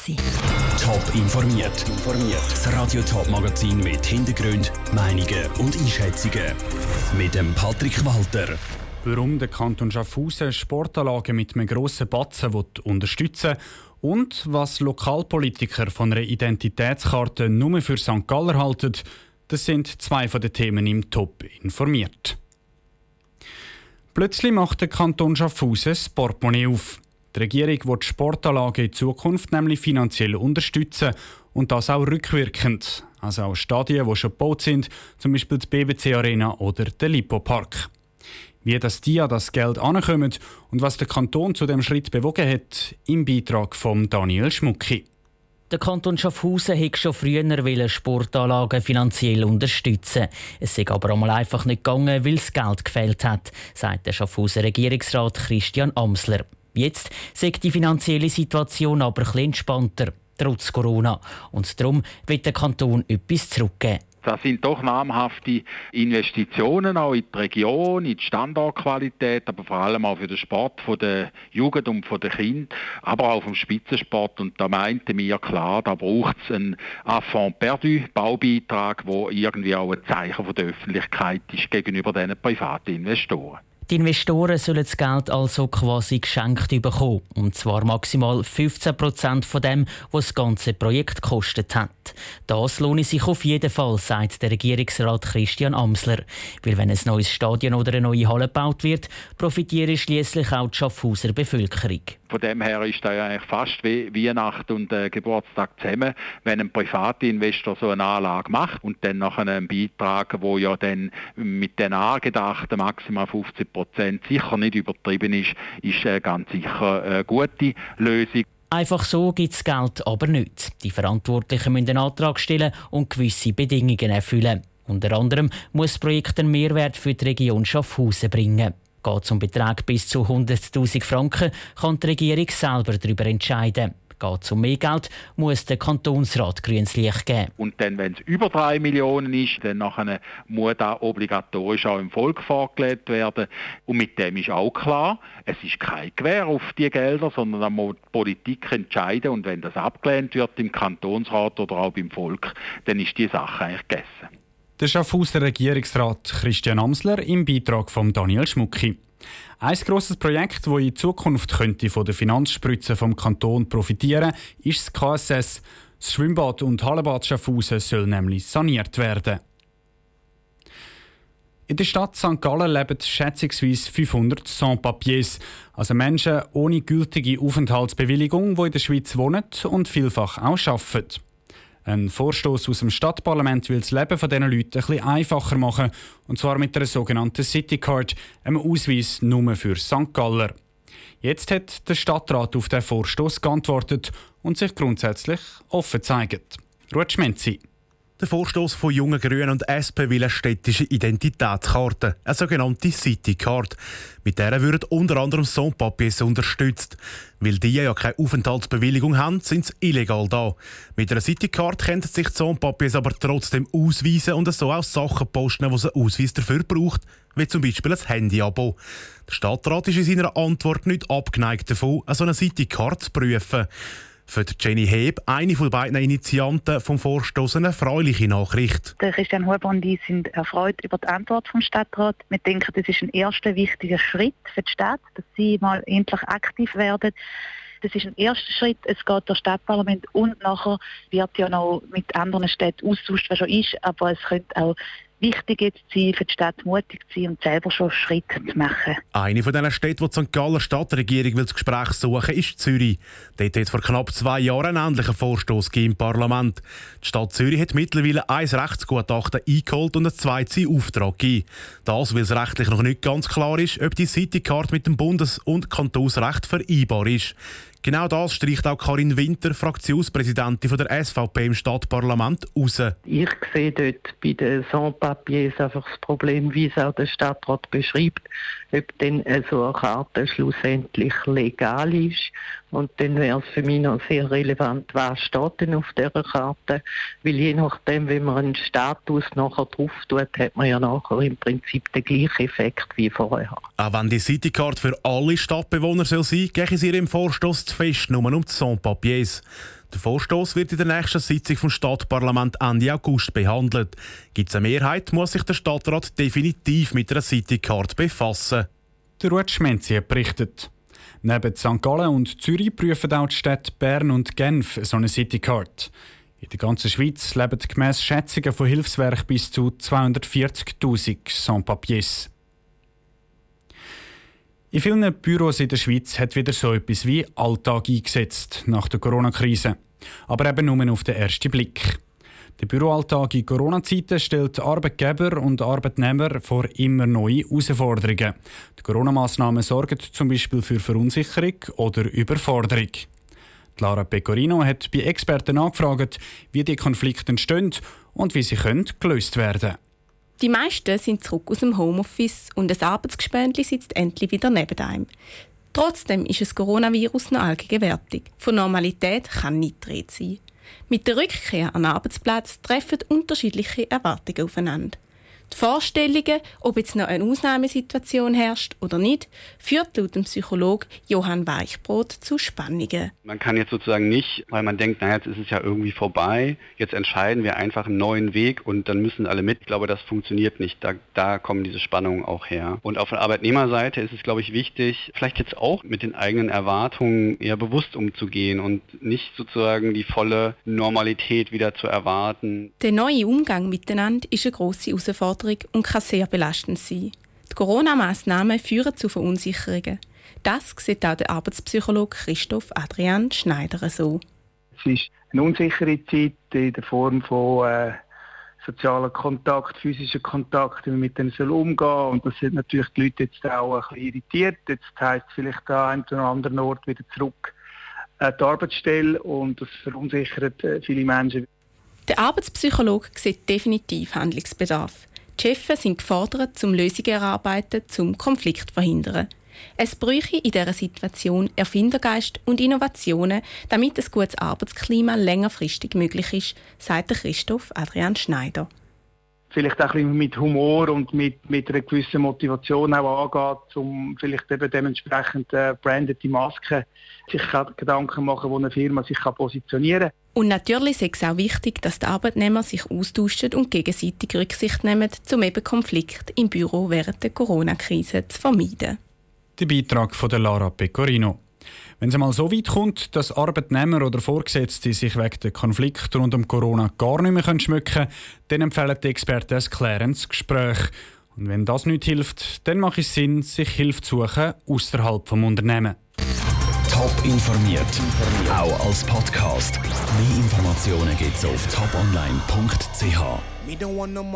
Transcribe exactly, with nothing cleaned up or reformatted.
Top informiert. Das Radio Top Magazin mit Hintergrund, Meinungen und Einschätzungen. Mit dem Patrick Walter. Warum der Kanton Schaffhausen Sportanlagen mit einem grossen Batzen unterstützen will und was Lokalpolitiker von einer Identitätskarte nur für Sankt Galler halten, das sind zwei von den Themen im Top informiert. Plötzlich macht der Kanton Schaffhausen das Portemonnaie auf. Die Regierung will die Sportanlagen in Zukunft nämlich finanziell unterstützen und das auch rückwirkend. Also auch Stadien, die schon gebaut sind, zum Beispiel die B B C-Arena oder der Lipo-Park. Wie das die an das Geld ankommen und was der Kanton zu dem Schritt bewogen hat, im Beitrag von Daniel Schmucki. Der Kanton Schaffhausen hätte schon früher Sportanlagen finanziell unterstützen. Es sei aber einmal einfach nicht gegangen, weil das Geld gefehlt hat, sagt der Schaffhauser Regierungsrat Christian Amsler. Jetzt sei die finanzielle Situation aber etwas entspannter, trotz Corona. Und darum wird der Kanton etwas zurückgeben. Das sind doch namhafte Investitionen auch in die Region, in die Standortqualität, aber vor allem auch für den Sport von der Jugend und von den Kindern, aber auch vom Spitzensport. Und da meinten wir klar, da braucht es einen Affront perdu Baubeitrag, der irgendwie auch ein Zeichen von der Öffentlichkeit ist gegenüber diesen privaten Investoren. Die Investoren sollen das Geld also quasi geschenkt bekommen. Und zwar maximal fünfzehn Prozent von dem, was das ganze Projekt gekostet hat. Das lohne sich auf jeden Fall, sagt der Regierungsrat Christian Amsler. Weil wenn ein neues Stadion oder eine neue Halle gebaut wird, profitiere schliesslich auch die Schaffhauser Bevölkerung. Von dem her ist das ja eigentlich fast wie Weihnachten und äh, Geburtstag zusammen, wenn ein privater Investor so eine Anlage macht und dann nachher einen Beitrag, wo ja dann mit den angedachten maximal fünfzig Prozent sicher nicht übertrieben ist, ist äh, ganz sicher eine gute Lösung. Einfach so gibt es Geld aber nicht. Die Verantwortlichen müssen einen Antrag stellen und gewisse Bedingungen erfüllen. Unter anderem muss das Projekt einen Mehrwert für die Region Schaffhausen bringen. Geht es um Beträge bis zu hunderttausend Franken, kann die Regierung selber darüber entscheiden. Geht es um mehr Geld, muss der Kantonsrat grünes Licht geben. Und dann, wenn es über drei Millionen ist, dann nachher muss das obligatorisch auch im Volk vorgelegt werden. Und mit dem ist auch klar, es ist kein Gewähr auf die Gelder, sondern da muss die Politik entscheiden. Und wenn das abgelehnt wird im Kantonsrat oder auch beim Volk, dann ist die Sache eigentlich gegessen. Der Schaffhauser Regierungsrat Christian Amsler im Beitrag von Daniel Schmucki. Ein grosses Projekt, das in Zukunft könnte von der Finanzspritze vom Kanton profitieren, ist das K S S. Das Schwimmbad und Hallenbad Schaffhausen soll nämlich saniert werden. In der Stadt Sankt Gallen leben schätzungsweise fünfhundert Sans-Papiers, also Menschen ohne gültige Aufenthaltsbewilligung, die in der Schweiz wohnen und vielfach auch arbeiten. Ein Vorstoß aus dem Stadtparlament will das Leben von diesen Leuten ein bisschen einfacher machen, und zwar mit einer sogenannten Citycard, einem Ausweis nur für Sankt Galler. Jetzt hat der Stadtrat auf diesen Vorstoß geantwortet und sich grundsätzlich offen gezeigt. Ruth Schmenzi. Der Vorstoß von Jungen Grünen und S P will eine städtische Identitätskarte, eine sogenannte Citycard. Mit der würden unter anderem Sans-Papiers unterstützt. Weil die ja keine Aufenthaltsbewilligung haben, sind sie illegal da. Mit einer Citycard können sich die Sans-Papiers aber trotzdem ausweisen und so auch Sachen posten, die sie einen Ausweis dafür braucht, wie zum Beispiel ein Handy-Abo. Der Stadtrat ist in seiner Antwort nicht abgeneigt davon, eine so eine Citycard zu prüfen. Für Jenny Heb, eine von beiden Initianten vom Vorstoß, eine erfreuliche Nachricht. Der Christian Huber und ich sind erfreut über die Antwort vom Stadtrat. Wir denken, das ist ein erster wichtiger Schritt für die Stadt, dass sie mal endlich aktiv werden. Das ist ein erster Schritt. Es geht durch das Stadtparlament und nachher wird ja noch mit anderen Städten austauscht, was schon ist. Aber es könnte auch wichtig jetzt sein, für die Stadt mutig zu sein und selber schon Schritte zu machen. Eine von diesen Städten, die die Sankt Galler Stadtregierung will das Gespräch suchen, ist Zürich. Dort hat es vor knapp zwei Jahren einen ähnlichen Vorstoss im Parlament. Die Stadt Zürich hat mittlerweile ein Rechtsgutachten eingeholt und ein zweites in Auftrag gegeben. Das, weil es rechtlich noch nicht ganz klar ist, ob die Citycard mit dem Bundes- und Kantonsrecht vereinbar ist. Genau das streicht auch Karin Winter, Fraktionspräsidentin von der S V P im Stadtparlament, raus. Ich sehe dort bei den Sans-Papiers einfach das Problem, wie es auch der Stadtrat beschreibt, ob denn so eine Karte schlussendlich legal ist. Und dann wäre es für mich noch sehr relevant, was steht denn auf dieser Karte. Weil je nachdem, wenn man einen Status nachher drauf tut, hat man ja nachher im Prinzip den gleichen Effekt wie vorher. Auch wenn die Citycard für alle Stadtbewohner soll sein, geht es ihr im Vorstoss zu fest nur um die Sans-Papiers. Der Vorstoss wird in der nächsten Sitzung vom Stadtparlament Ende August behandelt. Gibt es eine Mehrheit, muss sich der Stadtrat definitiv mit einer Citycard befassen. Der Ruud Schmenzi hat berichtet. Neben Sankt Gallen und Zürich prüfen auch die Städte Bern und Genf so eine Citycard. In der ganzen Schweiz leben gemäss Schätzungen von Hilfswerk bis zu zweihundertvierzigtausend Sans-Papiers. In vielen Büros in der Schweiz hat wieder so etwas wie Alltag eingesetzt nach der Corona-Krise. Aber eben nur auf den ersten Blick. Der Büroalltag in Corona-Zeiten stellt Arbeitgeber und Arbeitnehmer vor immer neue Herausforderungen. Die Corona-Massnahmen sorgen zum Beispiel für Verunsicherung oder Überforderung. Lara Pecorino hat bei Experten angefragt, wie die Konflikte entstehen und wie sie können gelöst werden können. Die meisten sind zurück aus dem Homeoffice und das Arbeitsgespendli sitzt endlich wieder neben einem. Trotzdem ist das Coronavirus noch allgegenwärtig. Von Normalität kann nicht die Rede sein. Mit der Rückkehr an den Arbeitsplatz treffen unterschiedliche Erwartungen aufeinander. Die Vorstellungen, ob jetzt noch eine Ausnahmesituation herrscht oder nicht, führt laut dem Psychologe Johann Weichbrot zu Spannungen. Man kann jetzt sozusagen nicht, weil man denkt, naja, jetzt ist es ja irgendwie vorbei, jetzt entscheiden wir einfach einen neuen Weg und dann müssen alle mit. Ich glaube, das funktioniert nicht. Da, da kommen diese Spannungen auch her. Und auf der Arbeitnehmerseite ist es, glaube ich, wichtig, vielleicht jetzt auch mit den eigenen Erwartungen eher bewusst umzugehen und nicht sozusagen die volle Normalität wieder zu erwarten. Der neue Umgang miteinander ist eine grosse Herausforderung und kann sehr belastend sein. Die Corona-Massnahmen führen zu Verunsicherungen. Das sieht auch der Arbeitspsychologe Christoph Adrian Schneider so. Es ist eine unsichere Zeit in der Form von äh, sozialen Kontakt, physischen Kontakt, wie man mit denen umgehen soll. Und das sind natürlich die Leute jetzt auch ein bisschen irritiert. Jetzt heisst es vielleicht an einem oder anderen Ort wieder zurück an die Arbeitsstelle und das verunsichert äh, viele Menschen. Der Arbeitspsychologe sieht definitiv Handlungsbedarf. Die Chefs sind gefordert, um Lösungen zu erarbeiten, um Konflikte zu verhindern. Es bräuchte in dieser Situation Erfindergeist und Innovationen, damit ein gutes Arbeitsklima längerfristig möglich ist, sagt Christoph Adrian Schneider. Vielleicht auch ein bisschen mit Humor und mit, mit einer gewissen Motivation auch angeht, um vielleicht eben dementsprechend äh, brandete Masken sich Gedanken machen, wo eine Firma sich kann positionieren kann. Und natürlich ist es auch wichtig, dass die Arbeitnehmer sich austauschen und gegenseitig Rücksicht nehmen, um eben Konflikte im Büro während der Corona-Krise zu vermeiden. Der Beitrag von der Lara Pecorino. Wenn es einmal so weit kommt, dass Arbeitnehmer oder Vorgesetzte sich wegen der Konflikte rund um Corona gar nicht mehr schmücken können, dann empfehlen die Experten ein klärendes Gespräch. Und wenn das nicht hilft, dann macht es Sinn, sich Hilfe zu suchen außerhalb des Unternehmens. Top informiert, auch als Podcast. Mehr Informationen gibt es auf top online punkt c h.